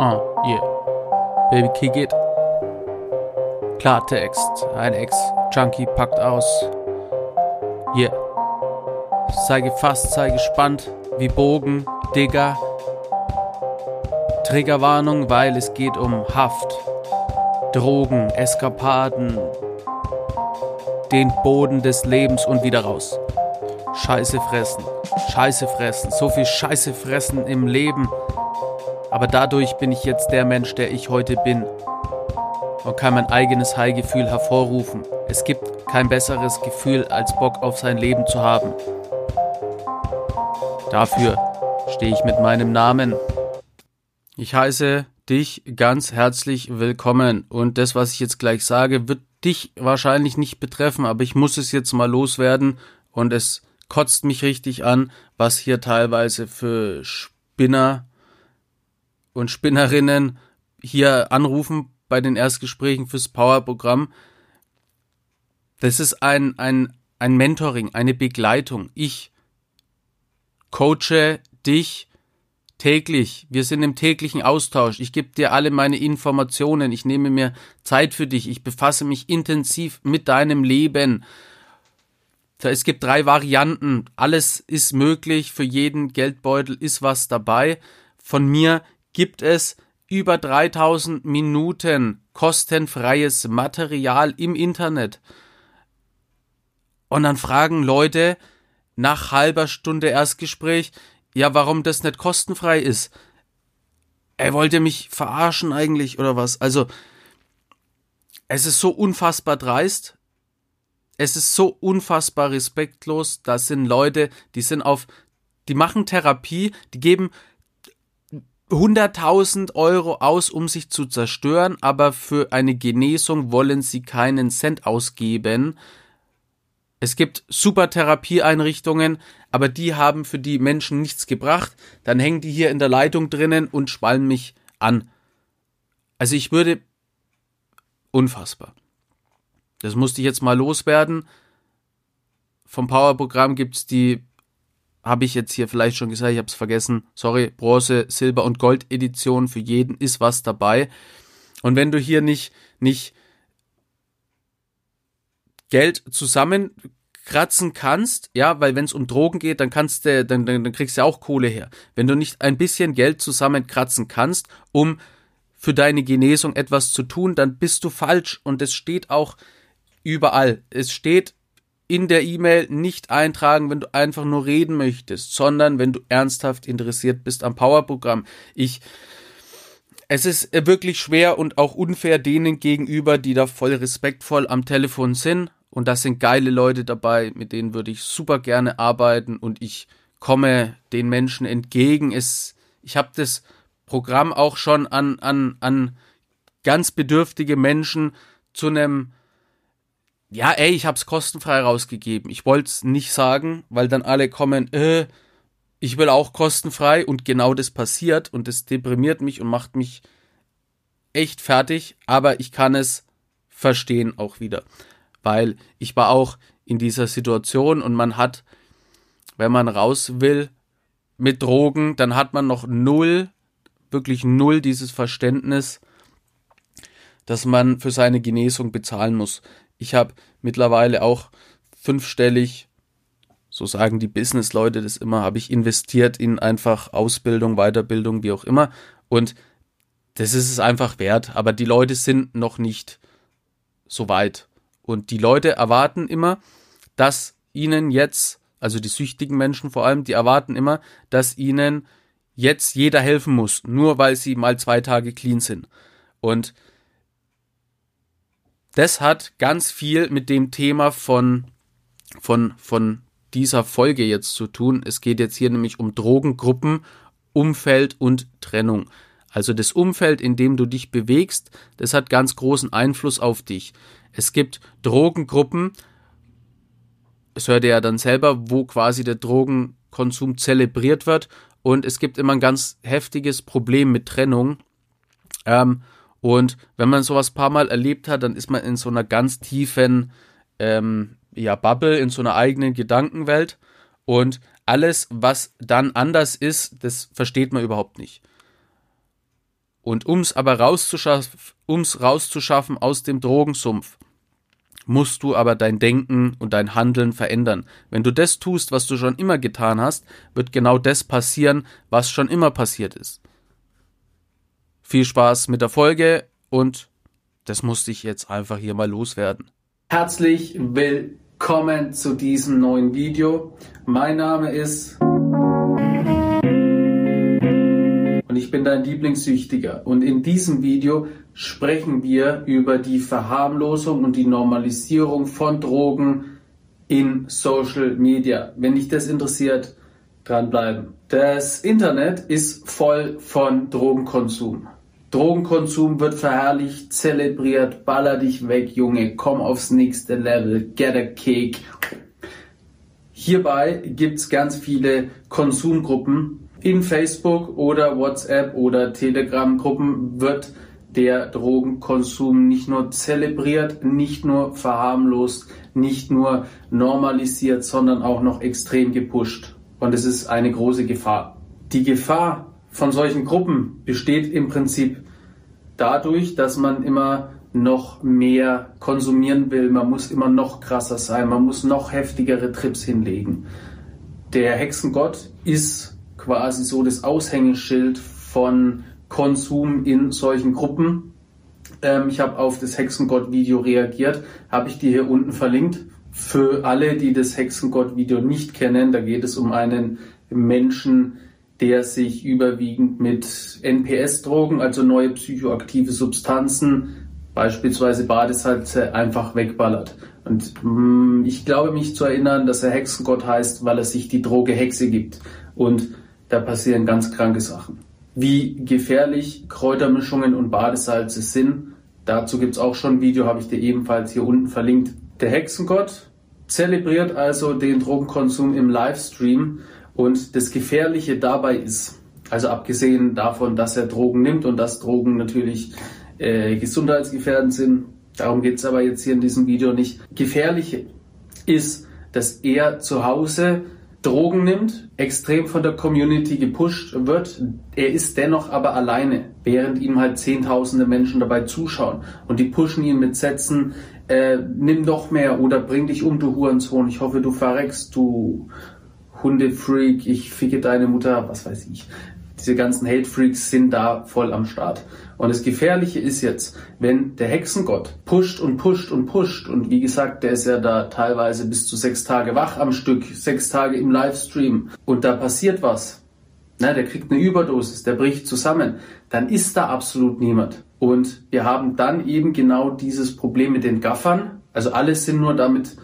Yeah. Baby, kick it. Klartext. Ein Ex-Junkie packt aus. Yeah. Sei gefasst, sei gespannt. Wie Bogen, Digger. Triggerwarnung, weil es geht um Haft. Drogen, Eskapaden. Den Boden des Lebens und wieder raus. Scheiße fressen. Scheiße fressen. So viel Scheiße fressen im Leben. Aber dadurch bin ich jetzt der Mensch, der ich heute bin. Und kann mein eigenes High-Gefühl hervorrufen. Es gibt kein besseres Gefühl, als Bock auf sein Leben zu haben. Dafür stehe ich mit meinem Namen. Ich heiße dich ganz herzlich willkommen. Und das, was ich jetzt gleich sage, wird dich wahrscheinlich nicht betreffen, aber ich muss es jetzt mal loswerden. Und es kotzt mich richtig an, was hier teilweise für Spinner und Spinnerinnen hier anrufen bei den Erstgesprächen fürs Powerprogramm. Das ist ein Mentoring, eine Begleitung. Ich coache dich täglich. Wir sind im täglichen Austausch. Ich gebe dir alle meine Informationen. Ich nehme mir Zeit für dich. Ich befasse mich intensiv mit deinem Leben. Es gibt 3 Varianten. Alles ist möglich. Für jeden Geldbeutel ist was dabei. Von mir gibt es über 3000 Minuten kostenfreies Material im Internet. Und dann fragen Leute nach halber Stunde Erstgespräch, ja, warum das nicht kostenfrei ist. Wollt ihr mich verarschen eigentlich oder was? Also, es ist so unfassbar dreist. Es ist so unfassbar respektlos. Das sind Leute, die machen Therapie, die geben 100.000 Euro aus, um sich zu zerstören, aber für eine Genesung wollen sie keinen Cent ausgeben. Es gibt super Therapieeinrichtungen, aber die haben für die Menschen nichts gebracht. Dann hängen die hier in der Leitung drinnen und schwallen mich an. Also unfassbar. Das musste ich jetzt mal loswerden. Vom Powerprogramm gibt's habe ich jetzt hier vielleicht schon gesagt, ich habe es vergessen, sorry, Bronze, Silber und Gold Edition, für jeden ist was dabei. Und wenn du hier nicht Geld zusammenkratzen kannst, ja, weil wenn es um Drogen geht, dann kriegst du ja auch Kohle her. Wenn du nicht ein bisschen Geld zusammenkratzen kannst, um für deine Genesung etwas zu tun, dann bist du falsch und es steht auch überall. Es steht in der E-Mail nicht eintragen, wenn du einfach nur reden möchtest, sondern wenn du ernsthaft interessiert bist am Powerprogramm. Es ist wirklich schwer und auch unfair denen gegenüber, die da voll respektvoll am Telefon sind. Und da sind geile Leute dabei, mit denen würde ich super gerne arbeiten und ich komme den Menschen entgegen. Ich habe das Programm auch schon an ganz bedürftige Menschen zu einem ich hab's kostenfrei rausgegeben. Ich wollte es nicht sagen, weil dann alle kommen, ich will auch kostenfrei und genau das passiert und das deprimiert mich und macht mich echt fertig, aber ich kann es verstehen auch wieder, weil ich war auch in dieser Situation und man hat, wenn man raus will mit Drogen, dann hat man noch wirklich null dieses Verständnis, dass man für seine Genesung bezahlen muss. Ich habe mittlerweile auch 5-stellig, so sagen die Business-Leute das immer, habe ich investiert in einfach Ausbildung, Weiterbildung, wie auch immer. Und das ist es einfach wert. Aber die Leute sind noch nicht so weit. Und die Leute erwarten immer, dass ihnen jetzt, also die süchtigen Menschen vor allem, die erwarten immer, dass ihnen jetzt jeder helfen muss, nur weil sie mal 2 Tage clean sind. Und das hat ganz viel mit dem Thema von dieser Folge jetzt zu tun. Es geht jetzt hier nämlich um Drogengruppen, Umfeld und Trennung. Also das Umfeld, in dem du dich bewegst, das hat ganz großen Einfluss auf dich. Es gibt Drogengruppen, es hört ihr ja dann selber, wo quasi der Drogenkonsum zelebriert wird. Und es gibt immer ein ganz heftiges Problem mit Trennung. Und wenn man sowas ein paar Mal erlebt hat, dann ist man in so einer ganz tiefen Bubble, in so einer eigenen Gedankenwelt. Und alles, was dann anders ist, das versteht man überhaupt nicht. Und um's rauszuschaffen aus dem Drogensumpf, musst du aber dein Denken und dein Handeln verändern. Wenn du das tust, was du schon immer getan hast, wird genau das passieren, was schon immer passiert ist. Viel Spaß mit der Folge und das musste ich jetzt einfach hier mal loswerden. Herzlich willkommen zu diesem neuen Video. Mein Name ist und ich bin dein Lieblingssüchtiger. Und in diesem Video sprechen wir über die Verharmlosung und die Normalisierung von Drogen in Social Media. Wenn dich das interessiert, dranbleiben. Das Internet ist voll von Drogenkonsum. Drogenkonsum wird verherrlicht, zelebriert, baller dich weg, Junge, komm aufs nächste Level, get a kick. Hierbei gibt es ganz viele Konsumgruppen. In Facebook oder WhatsApp oder Telegram-Gruppen wird der Drogenkonsum nicht nur zelebriert, nicht nur verharmlost, nicht nur normalisiert, sondern auch noch extrem gepusht. Und es ist eine große Gefahr. Die Gefahr von solchen Gruppen besteht im Prinzip dadurch, dass man immer noch mehr konsumieren will. Man muss immer noch krasser sein, man muss noch heftigere Trips hinlegen. Der Hexengott ist quasi so das Aushängeschild von Konsum in solchen Gruppen. Ich habe auf das Hexengott-Video reagiert, habe ich dir hier unten verlinkt. Für alle, die das Hexengott-Video nicht kennen, da geht es um einen Menschen, der sich überwiegend mit NPS-Drogen, also neue psychoaktive Substanzen, beispielsweise Badesalze, einfach wegballert. Und ich glaube mich zu erinnern, dass er Hexengott heißt, weil er sich die Droge Hexe gibt. Und da passieren ganz kranke Sachen. Wie gefährlich Kräutermischungen und Badesalze sind, dazu gibt es auch schon ein Video, habe ich dir ebenfalls hier unten verlinkt. Der Hexengott zelebriert also den Drogenkonsum im Livestream und das Gefährliche dabei ist, also abgesehen davon, dass er Drogen nimmt und dass Drogen natürlich gesundheitsgefährdend sind, darum geht es aber jetzt hier in diesem Video nicht. Gefährliche ist, dass er zu Hause Drogen nimmt, extrem von der Community gepusht wird. Er ist dennoch aber alleine, während ihm halt zehntausende Menschen dabei zuschauen. Und die pushen ihn mit Sätzen, nimm doch mehr oder bring dich um, du Hurensohn. Ich hoffe, du verreckst, du Hundefreak, ich ficke deine Mutter, was weiß ich. Diese ganzen Hate-Freaks sind da voll am Start. Und das Gefährliche ist jetzt, wenn der Hexengott pusht und pusht und pusht, und wie gesagt, der ist ja da teilweise bis zu 6 Tage wach am Stück, 6 Tage im Livestream, und da passiert was, na, der kriegt eine Überdosis, der bricht zusammen, dann ist da absolut niemand. Und wir haben dann eben genau dieses Problem mit den Gaffern, also alle sind nur damit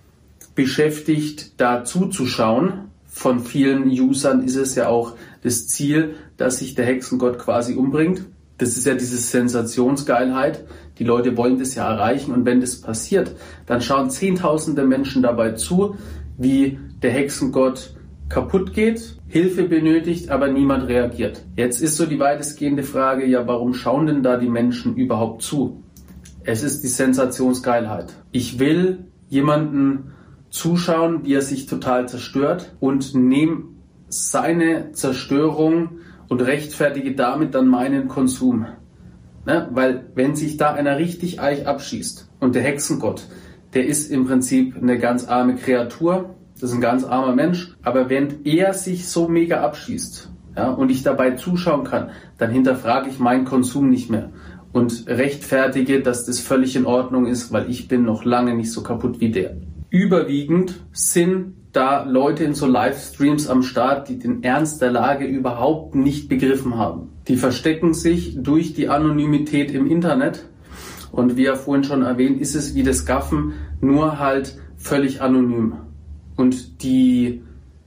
beschäftigt, da zuzuschauen. Von vielen Usern ist es ja auch das Ziel, dass sich der Hexengott quasi umbringt. Das ist ja diese Sensationsgeilheit. Die Leute wollen das ja erreichen, und wenn das passiert, dann schauen zehntausende Menschen dabei zu, wie der Hexengott kaputt geht, Hilfe benötigt, aber niemand reagiert. Jetzt ist so die weitestgehende Frage, ja, warum schauen denn da die Menschen überhaupt zu? Es ist die Sensationsgeilheit. Ich will jemanden zuschauen, wie er sich total zerstört, und nehme seine Zerstörung und rechtfertige damit dann meinen Konsum. Ne? Weil wenn sich da einer richtig Eich abschießt, und der Hexengott, der ist im Prinzip eine ganz arme Kreatur, das ist ein ganz armer Mensch, aber während er sich so mega abschießt, ja, und ich dabei zuschauen kann, dann hinterfrage ich meinen Konsum nicht mehr und rechtfertige, dass das völlig in Ordnung ist, weil ich bin noch lange nicht so kaputt wie der. Überwiegend sind da Leute in so Livestreams am Start, die den Ernst der Lage überhaupt nicht begriffen haben. Die verstecken sich durch die Anonymität im Internet, und wie ja vorhin schon erwähnt, ist es wie das Gaffen, nur halt völlig anonym. Und die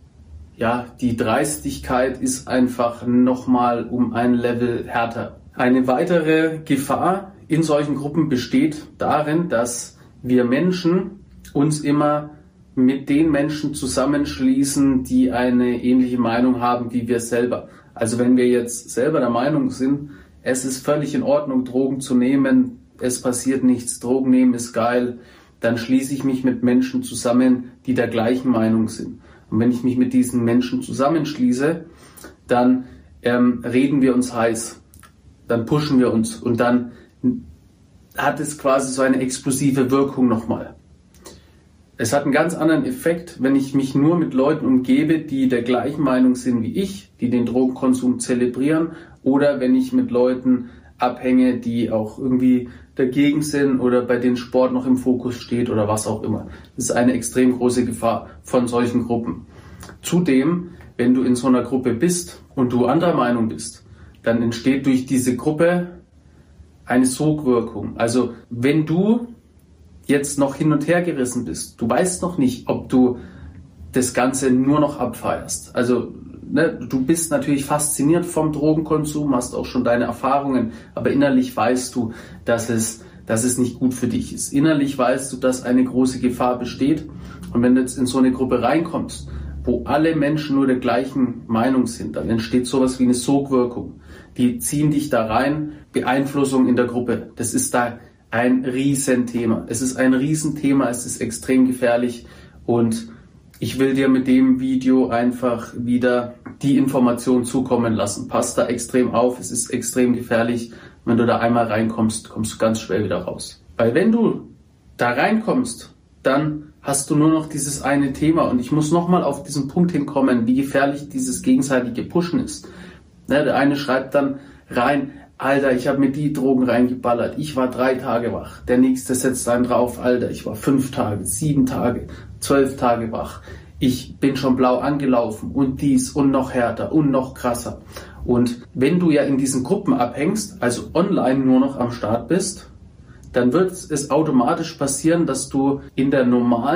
Dreistigkeit ist einfach nochmal um ein Level härter. Eine weitere Gefahr in solchen Gruppen besteht darin, dass wir Menschen uns immer mit den Menschen zusammenschließen, die eine ähnliche Meinung haben wie wir selber. Also wenn wir jetzt selber der Meinung sind, es ist völlig in Ordnung, Drogen zu nehmen, es passiert nichts, Drogen nehmen ist geil, dann schließe ich mich mit Menschen zusammen, die der gleichen Meinung sind. Und wenn ich mich mit diesen Menschen zusammenschließe, dann reden wir uns heiß. dann pushen wir uns und dann hat es quasi so eine explosive Wirkung nochmal. Es hat einen ganz anderen Effekt, wenn ich mich nur mit Leuten umgebe, die der gleichen Meinung sind wie ich, die den Drogenkonsum zelebrieren, oder wenn ich mit Leuten abhänge, die auch irgendwie dagegen sind oder bei denen Sport noch im Fokus steht oder was auch immer. Das ist eine extrem große Gefahr von solchen Gruppen. Zudem, wenn du in so einer Gruppe bist und du anderer Meinung bist, dann entsteht durch diese Gruppe eine Sogwirkung. Also wenn du jetzt noch hin und her gerissen bist, du weißt noch nicht, ob du das Ganze nur noch abfeierst. Also du bist natürlich fasziniert vom Drogenkonsum, hast auch schon deine Erfahrungen, aber innerlich weißt du, dass es nicht gut für dich ist. Innerlich weißt du, dass eine große Gefahr besteht. Und wenn du jetzt in so eine Gruppe reinkommst, wo alle Menschen nur der gleichen Meinung sind, dann entsteht sowas wie eine Sogwirkung. Die ziehen dich da rein, Beeinflussung in der Gruppe. Das ist da ein Riesenthema. Es ist ein Riesenthema, es ist extrem gefährlich und ich will dir mit dem Video einfach wieder die Information zukommen lassen. Pass da extrem auf, es ist extrem gefährlich. Wenn du da einmal reinkommst, kommst du ganz schwer wieder raus. Weil wenn du da reinkommst, dann hast du nur noch dieses eine Thema und ich muss nochmal auf diesen Punkt hinkommen, wie gefährlich dieses gegenseitige Pushen ist. Der eine schreibt dann rein, Alter, ich habe mir die Drogen reingeballert, ich war 3 Tage wach. Der nächste setzt einen drauf, Alter, ich war 5 Tage, 7 Tage, 12 Tage wach. Ich bin schon blau angelaufen und dies und noch härter und noch krasser. Und wenn du ja in diesen Gruppen abhängst, also online nur noch am Start bist, dann wird es automatisch passieren, dass du in der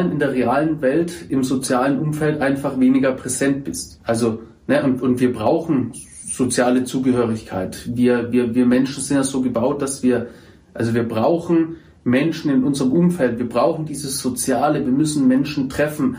realen Welt, im sozialen Umfeld einfach weniger präsent bist. Also, und wir brauchen soziale Zugehörigkeit. Wir Menschen sind ja so gebaut, dass wir brauchen Menschen in unserem Umfeld, wir brauchen dieses Soziale, wir müssen Menschen treffen.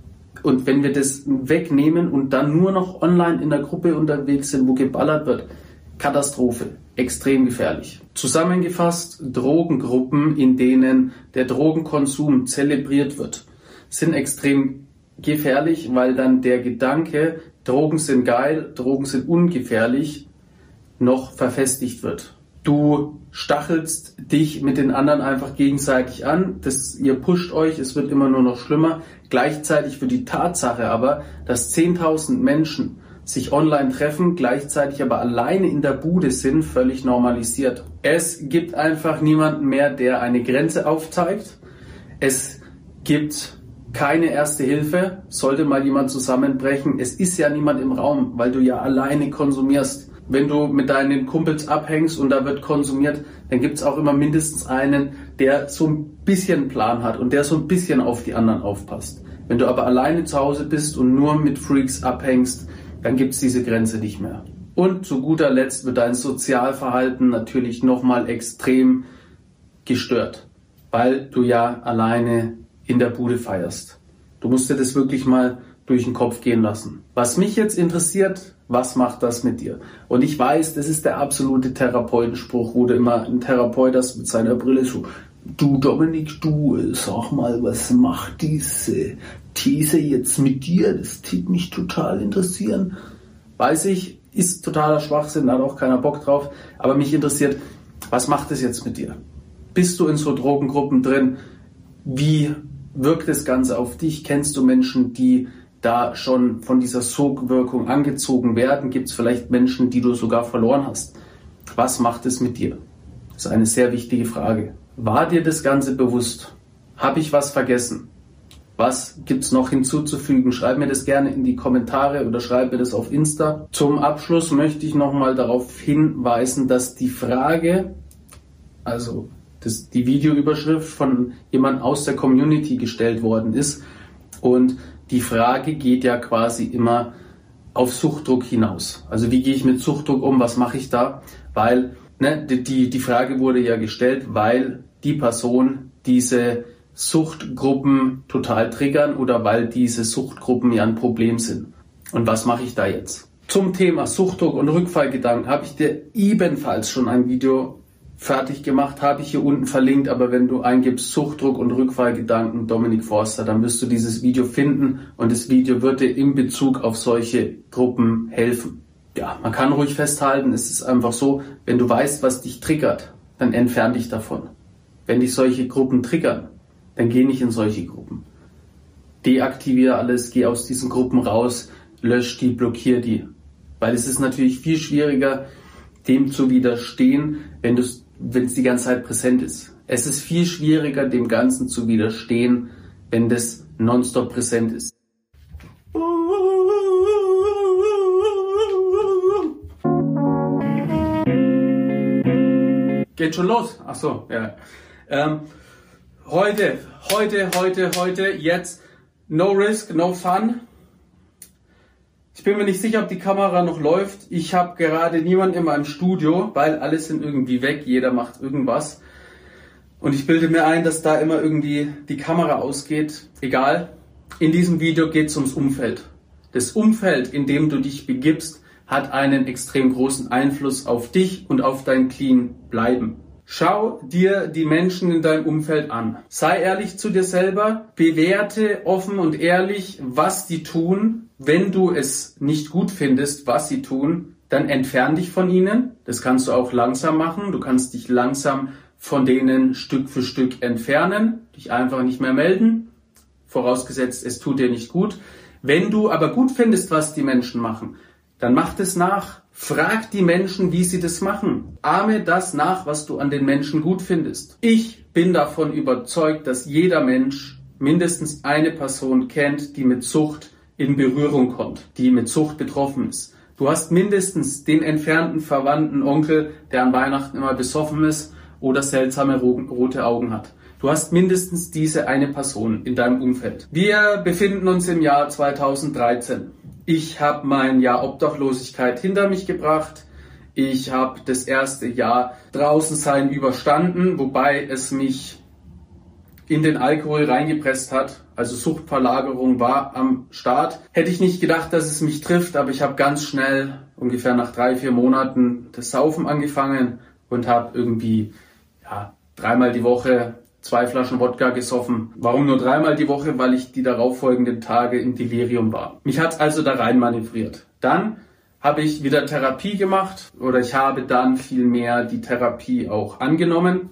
Und wenn wir das wegnehmen und dann nur noch online in der Gruppe unterwegs sind, wo geballert wird, Katastrophe, extrem gefährlich. Zusammengefasst, Drogengruppen, in denen der Drogenkonsum zelebriert wird, sind extrem gefährlich, weil dann der Gedanke, Drogen sind geil, Drogen sind ungefährlich, noch verfestigt wird. Du stachelst dich mit den anderen einfach gegenseitig an, ihr pusht euch, es wird immer nur noch schlimmer. Gleichzeitig für die Tatsache aber, dass 10.000 Menschen sich online treffen, gleichzeitig aber alleine in der Bude sind, völlig normalisiert. Es gibt einfach niemanden mehr, der eine Grenze aufzeigt. Es gibt keine erste Hilfe, sollte mal jemand zusammenbrechen. Es ist ja niemand im Raum, weil du ja alleine konsumierst. Wenn du mit deinen Kumpels abhängst und da wird konsumiert, dann gibt es auch immer mindestens einen, der so ein bisschen Plan hat und der so ein bisschen auf die anderen aufpasst. Wenn du aber alleine zu Hause bist und nur mit Freaks abhängst, dann gibt es diese Grenze nicht mehr. Und zu guter Letzt wird dein Sozialverhalten natürlich nochmal extrem gestört, weil du ja alleine in der Bude feierst. Du musst dir das wirklich mal durch den Kopf gehen lassen. Was mich jetzt interessiert, was macht das mit dir? Und ich weiß, das ist der absolute Therapeutenspruch, wo du immer ein Therapeut hast mit seiner Brille so, du Dominik, sag mal, was macht diese These jetzt mit dir? Das tut mich total interessieren. Weiß ich, ist totaler Schwachsinn, hat auch keiner Bock drauf. Aber mich interessiert, was macht es jetzt mit dir? Bist du in so Drogengruppen drin? Wie wirkt das Ganze auf dich? Kennst du Menschen, die da schon von dieser Sogwirkung angezogen werden? Gibt es vielleicht Menschen, die du sogar verloren hast? Was macht es mit dir? Das ist eine sehr wichtige Frage. War dir das Ganze bewusst? Habe ich was vergessen? Was gibt's noch hinzuzufügen? Schreib mir das gerne in die Kommentare oder schreib mir das auf Insta. Zum Abschluss möchte ich nochmal darauf hinweisen, dass die Frage, also die Videoüberschrift von jemand aus der Community gestellt worden ist. Und die Frage geht ja quasi immer auf Suchtdruck hinaus. Also wie gehe ich mit Suchtdruck um? Was mache ich da? Weil die Frage wurde ja gestellt, weil die Person diese Suchtgruppen total triggern oder weil diese Suchtgruppen ja ein Problem sind. Und was mache ich da jetzt? Zum Thema Suchtdruck und Rückfallgedanken habe ich dir ebenfalls schon ein Video fertig gemacht, habe ich hier unten verlinkt, aber wenn du eingibst Suchtdruck und Rückfallgedanken Dominik Forster, dann wirst du dieses Video finden und das Video wird dir in Bezug auf solche Gruppen helfen. Ja, man kann ruhig festhalten, es ist einfach so, wenn du weißt, was dich triggert, dann entfern dich davon. Wenn dich solche Gruppen triggern, dann geh nicht in solche Gruppen. Deaktiviere alles, geh aus diesen Gruppen raus, lösch die, blockier die. Weil es ist natürlich viel schwieriger, dem zu widerstehen, wenn es die ganze Zeit präsent ist. Es ist viel schwieriger, dem Ganzen zu widerstehen, wenn das nonstop präsent ist. Geht schon los? Ach so, ja. Heute, jetzt, no risk, no fun. Ich bin mir nicht sicher, ob die Kamera noch läuft. Ich habe gerade niemanden in meinem Studio, weil alle sind irgendwie weg, jeder macht irgendwas. Und ich bilde mir ein, dass da immer irgendwie die Kamera ausgeht. Egal. In diesem Video geht es ums Umfeld. Das Umfeld, in dem du dich begibst, hat einen extrem großen Einfluss auf dich und auf dein Clean bleiben. Schau dir die Menschen in deinem Umfeld an. Sei ehrlich zu dir selber, bewerte offen und ehrlich, was die tun. Wenn du es nicht gut findest, was sie tun, dann entfern dich von ihnen. Das kannst du auch langsam machen. Du kannst dich langsam von denen Stück für Stück entfernen, dich einfach nicht mehr melden, vorausgesetzt, es tut dir nicht gut. Wenn du aber gut findest, was die Menschen machen, dann mach das nach. Frag die Menschen, wie sie das machen. Ahme das nach, was du an den Menschen gut findest. Ich bin davon überzeugt, dass jeder Mensch mindestens eine Person kennt, die mit Sucht in Berührung kommt, die mit Sucht betroffen ist. Du hast mindestens den entfernten Verwandten Onkel, der an Weihnachten immer besoffen ist oder seltsame rote Augen hat. Du hast mindestens diese eine Person in deinem Umfeld. Wir befinden uns im Jahr 2013. Ich habe mein Jahr Obdachlosigkeit hinter mich gebracht. Ich habe das erste Jahr draußen sein überstanden, wobei es mich in den Alkohol reingepresst hat. Also Suchtverlagerung war am Start. Hätte ich nicht gedacht, dass es mich trifft, aber ich habe ganz schnell, ungefähr nach 3-4 Monaten, das Saufen angefangen und habe irgendwie 3-mal die Woche 2 Flaschen Wodka gesoffen. Warum nur 3-mal die Woche? Weil ich die darauffolgenden Tage im Delirium war. Mich hat's also da rein manövriert. Dann habe ich wieder Therapie gemacht oder ich habe dann vielmehr die Therapie auch angenommen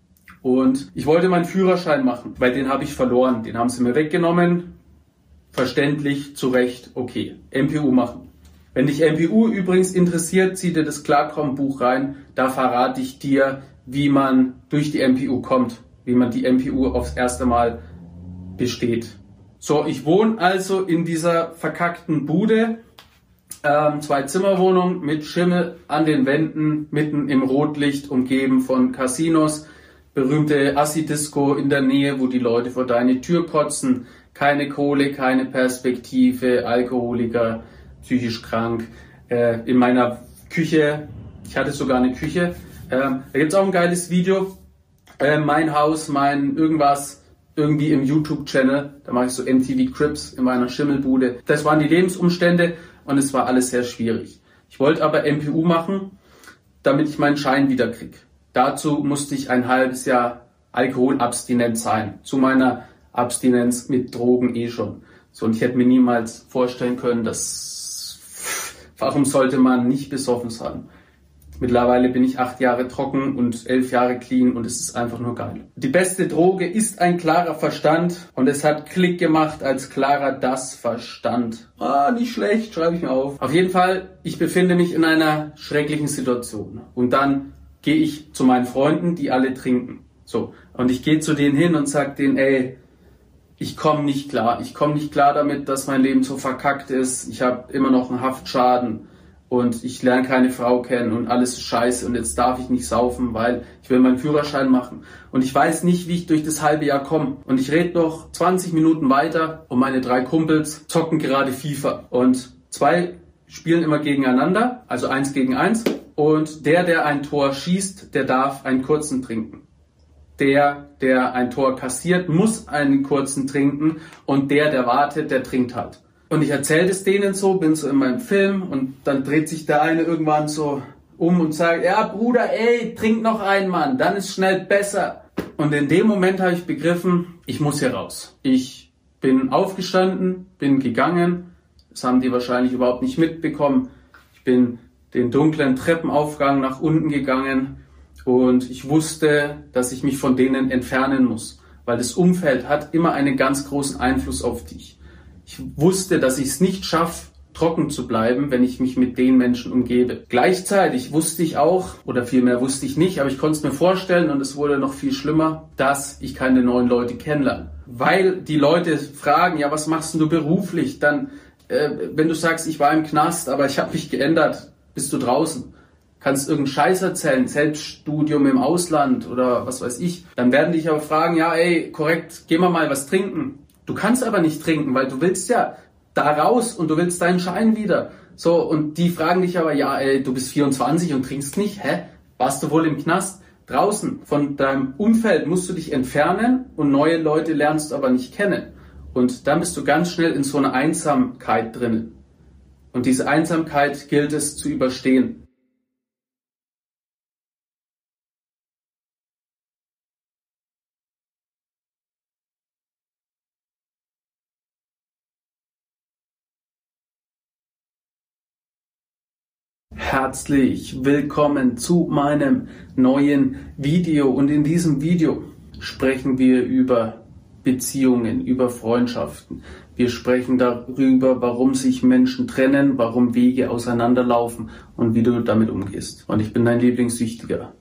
und ich wollte meinen Führerschein machen, weil den habe ich verloren. Den haben sie mir weggenommen. Verständlich, zu Recht, okay. MPU machen. Wenn dich MPU übrigens interessiert, zieh dir das Klarkommen-Buch rein. Da verrate ich dir, wie man durch die MPU kommt, wie man die MPU aufs erste Mal besteht. So, ich wohne also in dieser verkackten Bude, 2-Zimmer-Wohnung mit Schimmel an den Wänden, mitten im Rotlicht, umgeben von Casinos, berühmte Assi-Disco in der Nähe, wo die Leute vor deine Tür kotzen, keine Kohle, keine Perspektive, Alkoholiker, psychisch krank, in meiner Küche, ich hatte sogar eine Küche, da gibt's auch ein geiles Video, mein Haus, mein irgendwas, irgendwie im YouTube-Channel, da mache ich so MTV Cribs in meiner Schimmelbude. Das waren die Lebensumstände und es war alles sehr schwierig. Ich wollte aber MPU machen, damit ich meinen Schein wieder krieg. Dazu musste ich ein halbes Jahr alkoholabstinent sein, zu meiner Abstinenz mit Drogen schon. So, und ich hätte mir niemals vorstellen können, warum sollte man nicht besoffen sein? Mittlerweile bin ich 8 Jahre trocken und 11 Jahre clean und es ist einfach nur geil. Die beste Droge ist ein klarer Verstand und es hat Klick gemacht, als Clara das verstand. Nicht schlecht, schreibe ich mir auf. Auf jeden Fall, ich befinde mich in einer schrecklichen Situation. Und dann gehe ich zu meinen Freunden, die alle trinken. So, und ich gehe zu denen hin und sage denen, ey, ich komme nicht klar. Ich komme nicht klar damit, dass mein Leben so verkackt ist. Ich habe immer noch einen Haftschaden. Und ich lerne keine Frau kennen und alles ist scheiße und jetzt darf ich nicht saufen, weil ich will meinen Führerschein machen. Und ich weiß nicht, wie ich durch das halbe Jahr komme. Und ich rede noch 20 Minuten weiter und meine 3 Kumpels zocken gerade FIFA. Und 2 spielen immer gegeneinander, also 1 gegen 1. Und der ein Tor schießt, der darf einen kurzen trinken. Der ein Tor kassiert, muss einen kurzen trinken und der wartet, der trinkt halt. Und ich erzähle es denen so, bin so in meinem Film und dann dreht sich der eine irgendwann so um und sagt, ja Bruder, ey, trink noch einen, Mann, dann ist schnell besser. Und in dem Moment habe ich begriffen, ich muss hier raus. Ich bin aufgestanden, bin gegangen, das haben die wahrscheinlich überhaupt nicht mitbekommen. Ich Ich bin den dunklen Treppenaufgang nach unten gegangen und ich wusste, dass ich mich von denen entfernen muss, weil das Umfeld hat immer einen ganz großen Einfluss auf dich. Ich wusste, dass ich es nicht schaffe, trocken zu bleiben, wenn ich mich mit den Menschen umgebe. Gleichzeitig wusste ich auch, oder vielmehr wusste ich nicht, aber ich konnte es mir vorstellen und es wurde noch viel schlimmer, dass ich keine neuen Leute kennenlerne. Weil die Leute fragen, ja, was machst du beruflich? Dann, wenn du sagst, ich war im Knast, aber ich habe mich geändert, bist du draußen. Kannst irgendeinen Scheiß erzählen, Selbststudium im Ausland oder was weiß ich. Dann werden dich aber fragen, ja, ey, korrekt, gehen wir mal was trinken. Du kannst aber nicht trinken, weil du willst ja da raus und du willst deinen Schein wieder. So, und die fragen dich aber, ja, ey, du bist 24 und trinkst nicht, hä? Warst du wohl im Knast? Draußen von deinem Umfeld musst du dich entfernen und neue Leute lernst du aber nicht kennen. Und dann bist du ganz schnell in so einer Einsamkeit drin. Und diese Einsamkeit gilt es zu überstehen. Herzlich willkommen zu meinem neuen Video und in diesem Video sprechen wir über Beziehungen, über Freundschaften. Wir sprechen darüber, warum sich Menschen trennen, warum Wege auseinanderlaufen und wie du damit umgehst. Und ich bin dein Lieblingssüchtiger.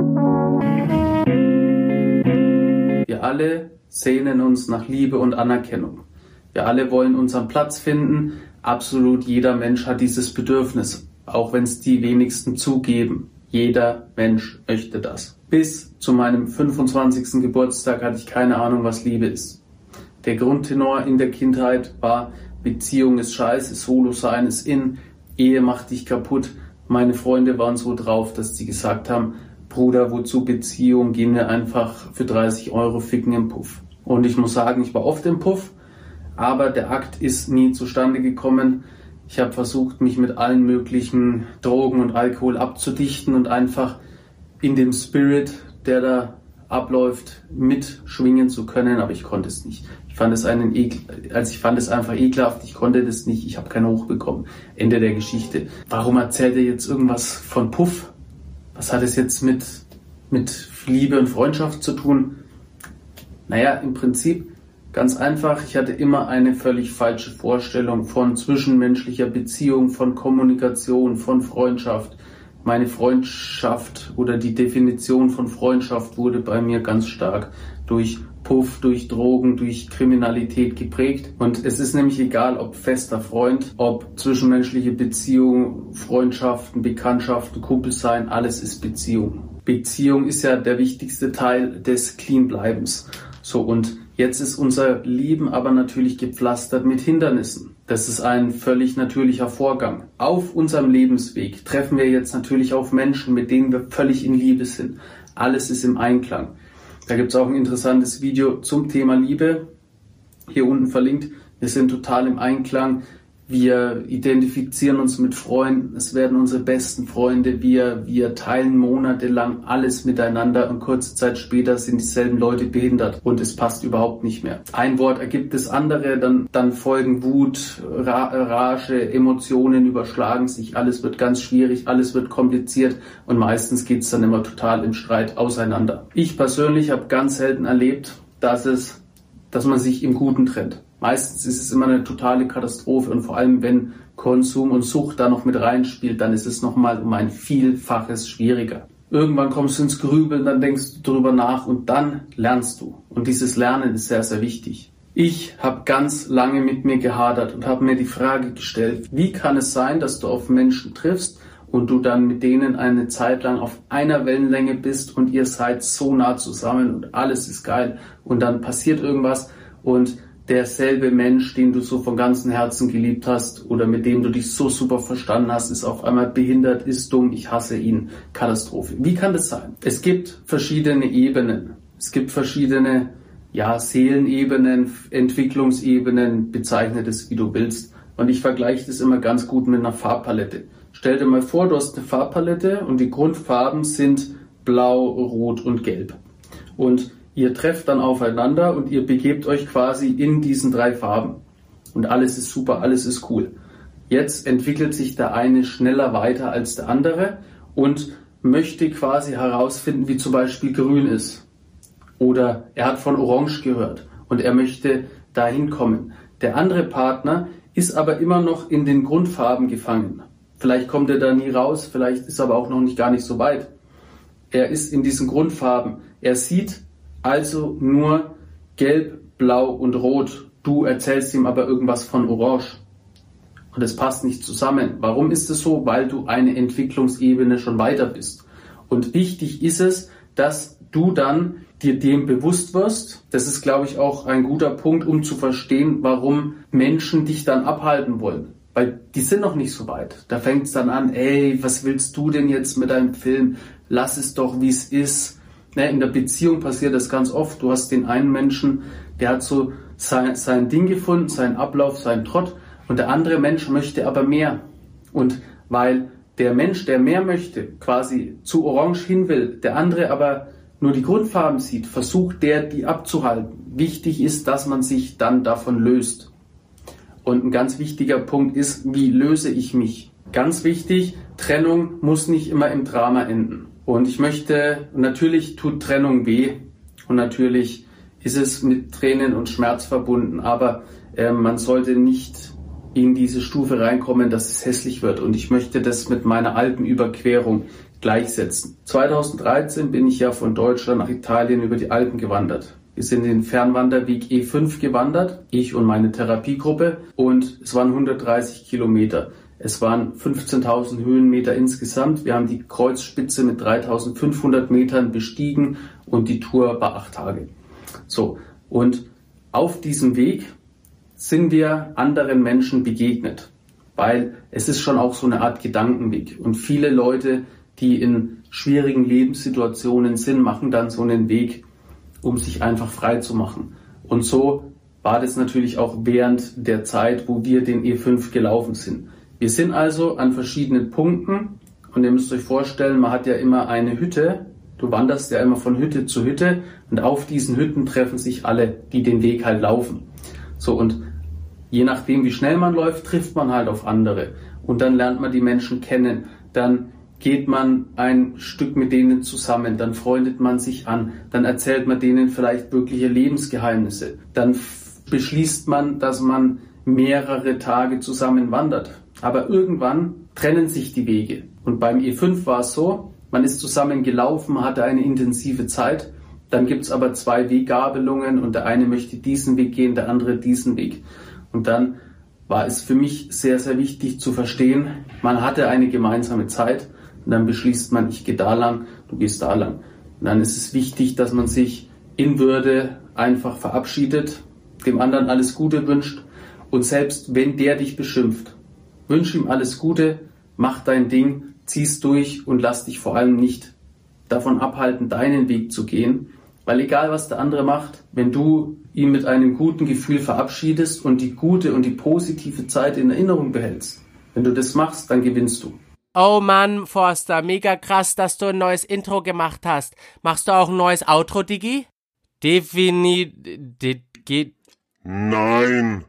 Wir alle sehnen uns nach Liebe und Anerkennung. Wir alle wollen unseren Platz finden. Absolut jeder Mensch hat dieses Bedürfnis. Auch wenn es die wenigsten zugeben. Jeder Mensch möchte das. Bis zu meinem 25. Geburtstag hatte ich keine Ahnung, was Liebe ist. Der Grundtenor in der Kindheit war, Beziehung ist scheiße, Solo sein ist in, Ehe macht dich kaputt. Meine Freunde waren so drauf, dass sie gesagt haben, Bruder, wozu Beziehung, gehen wir einfach für 30 € ficken im Puff. Und ich muss sagen, ich war oft im Puff, aber der Akt ist nie zustande gekommen. Ich habe versucht, mich mit allen möglichen Drogen und Alkohol abzudichten und einfach in dem Spirit, der da abläuft, mitschwingen zu können, aber ich konnte es nicht. Ich fand es einfach ekelhaft, ich konnte das nicht, ich habe keinen Hoch bekommen. Ende der Geschichte. Warum erzählt er jetzt irgendwas von Puff? Was hat es jetzt mit Liebe und Freundschaft zu tun? Naja, im Prinzip ganz einfach, ich hatte immer eine völlig falsche Vorstellung von zwischenmenschlicher Beziehung, von Kommunikation, von Freundschaft. Meine Freundschaft oder die Definition von Freundschaft wurde bei mir ganz stark durch Puff, durch Drogen, durch Kriminalität geprägt. Und es ist nämlich egal, ob fester Freund, ob zwischenmenschliche Beziehung, Freundschaften, Bekanntschaften, Kumpelsein, alles ist Beziehung. Beziehung ist ja der wichtigste Teil des Clean-Bleibens. So, und jetzt ist unser Leben aber natürlich gepflastert mit Hindernissen. Das ist ein völlig natürlicher Vorgang. Auf unserem Lebensweg treffen wir jetzt natürlich auf Menschen, mit denen wir völlig in Liebe sind. Alles ist im Einklang. Da gibt es auch ein interessantes Video zum Thema Liebe, hier unten verlinkt. Wir sind total im Einklang. Wir identifizieren uns mit Freunden, es werden unsere besten Freunde, wir teilen monatelang alles miteinander und kurze Zeit später sind dieselben Leute behindert und es passt überhaupt nicht mehr. Ein Wort ergibt das andere, dann folgen Wut, Rage, Emotionen überschlagen sich, alles wird ganz schwierig, alles wird kompliziert und meistens geht es dann immer total im Streit auseinander. Ich persönlich habe ganz selten erlebt, dass man sich im Guten trennt. Meistens ist es immer eine totale Katastrophe und vor allem, wenn Konsum und Sucht da noch mit reinspielt, dann ist es nochmal um ein Vielfaches schwieriger. Irgendwann kommst du ins Grübeln, dann denkst du drüber nach und dann lernst du. Und dieses Lernen ist sehr, sehr wichtig. Ich habe ganz lange mit mir gehadert und habe mir die Frage gestellt, wie kann es sein, dass du auf Menschen triffst und du dann mit denen eine Zeit lang auf einer Wellenlänge bist und ihr seid so nah zusammen und alles ist geil und dann passiert irgendwas und derselbe Mensch, den du so von ganzem Herzen geliebt hast oder mit dem du dich so super verstanden hast, ist auf einmal behindert, ist dumm, ich hasse ihn, Katastrophe. Wie kann das sein? Es gibt verschiedene Ebenen. Es gibt verschiedene Seelenebenen, Entwicklungsebenen, bezeichne das wie du willst. Und ich vergleiche das immer ganz gut mit einer Farbpalette. Stell dir mal vor, du hast eine Farbpalette und die Grundfarben sind blau, rot und gelb. Und ihr trefft dann aufeinander und ihr begebt euch quasi in diesen 3 Farben. Und alles ist super, alles ist cool. Jetzt entwickelt sich der eine schneller weiter als der andere und möchte quasi herausfinden, wie zum Beispiel grün ist. Oder er hat von Orange gehört und er möchte dahin kommen. Der andere Partner ist aber immer noch in den Grundfarben gefangen. Vielleicht kommt er da nie raus, vielleicht ist er aber auch noch gar nicht so weit. Er ist in diesen Grundfarben. Er sieht also nur Gelb, Blau und Rot. Du erzählst ihm aber irgendwas von Orange. Und es passt nicht zusammen. Warum ist es so? Weil du eine Entwicklungsebene schon weiter bist. Und wichtig ist es, dass du dann dir dem bewusst wirst. Das ist, glaube ich, auch ein guter Punkt, um zu verstehen, warum Menschen dich dann abhalten wollen. Weil die sind noch nicht so weit. Da fängt es dann an, ey, was willst du denn jetzt mit deinem Film? Lass es doch, wie es ist. In der Beziehung passiert das ganz oft. Du hast den einen Menschen, der hat so sein Ding gefunden, seinen Ablauf, seinen Trott. Und der andere Mensch möchte aber mehr. Und weil der Mensch, der mehr möchte, quasi zu Orange hin will, der andere aber nur die Grundfarben sieht, versucht der, die abzuhalten. Wichtig ist, dass man sich dann davon löst. Und ein ganz wichtiger Punkt ist, wie löse ich mich? Ganz wichtig, Trennung muss nicht immer im Drama enden. Und natürlich tut Trennung weh und natürlich ist es mit Tränen und Schmerz verbunden, aber man sollte nicht in diese Stufe reinkommen, dass es hässlich wird. Und ich möchte das mit meiner Alpenüberquerung gleichsetzen. 2013 bin ich ja von Deutschland nach Italien über die Alpen gewandert. Wir sind den Fernwanderweg E5 gewandert, ich und meine Therapiegruppe, und es waren 130 Kilometer. Es waren 15.000 Höhenmeter insgesamt. Wir haben die Kreuzspitze mit 3.500 Metern bestiegen und die Tour war 8 Tage. So, und auf diesem Weg sind wir anderen Menschen begegnet, weil es ist schon auch so eine Art Gedankenweg. Und viele Leute, die in schwierigen Lebenssituationen sind, machen dann so einen Weg, um sich einfach frei zu machen. Und so war das natürlich auch während der Zeit, wo wir den E5 gelaufen sind. Wir sind also an verschiedenen Punkten und ihr müsst euch vorstellen, man hat ja immer eine Hütte. Du wanderst ja immer von Hütte zu Hütte und auf diesen Hütten treffen sich alle, die den Weg halt laufen. So, und je nachdem, wie schnell man läuft, trifft man halt auf andere. Und dann lernt man die Menschen kennen. Dann geht man ein Stück mit denen zusammen. Dann freundet man sich an. Dann erzählt man denen vielleicht wirkliche Lebensgeheimnisse. Dann beschließt man, dass man mehrere Tage zusammen wandert. Aber irgendwann trennen sich die Wege. Und beim E5 war es so, man ist zusammen gelaufen, man hatte eine intensive Zeit. Dann gibt es aber 2 Weggabelungen und der eine möchte diesen Weg gehen, der andere diesen Weg. Und dann war es für mich sehr, sehr wichtig zu verstehen, man hatte eine gemeinsame Zeit und dann beschließt man, ich gehe da lang, du gehst da lang. Und dann ist es wichtig, dass man sich in Würde einfach verabschiedet, dem anderen alles Gute wünscht und selbst wenn der dich beschimpft, wünsch ihm alles Gute, mach dein Ding, zieh's durch und lass dich vor allem nicht davon abhalten, deinen Weg zu gehen. Weil egal, was der andere macht, wenn du ihn mit einem guten Gefühl verabschiedest und die gute und die positive Zeit in Erinnerung behältst, wenn du das machst, dann gewinnst du. Oh Mann, Forster, mega krass, dass du ein neues Intro gemacht hast. Machst du auch ein neues Outro, Digi? Nein.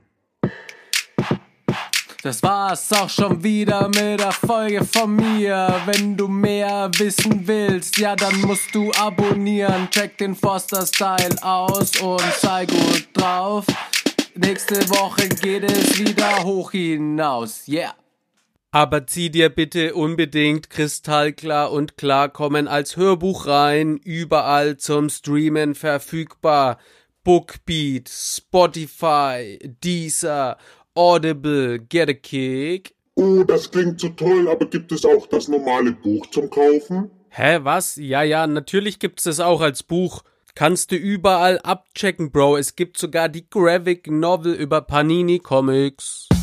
Das war's auch schon wieder mit der Folge von mir. Wenn du mehr wissen willst, ja dann musst du abonnieren. Check den Forster Style aus und sei gut drauf. Nächste Woche geht es wieder hoch hinaus, yeah. Aber zieh dir bitte unbedingt Kristallklar und Klarkommen als Hörbuch rein, überall zum Streamen verfügbar. Bookbeat, Spotify, Deezer, Audible, Get a Kick. Oh, das klingt so toll, aber gibt es auch das normale Buch zum Kaufen? Hä, was? Ja, natürlich gibt's das auch als Buch. Kannst du überall abchecken, Bro. Es gibt sogar die Graphic Novel über Panini Comics.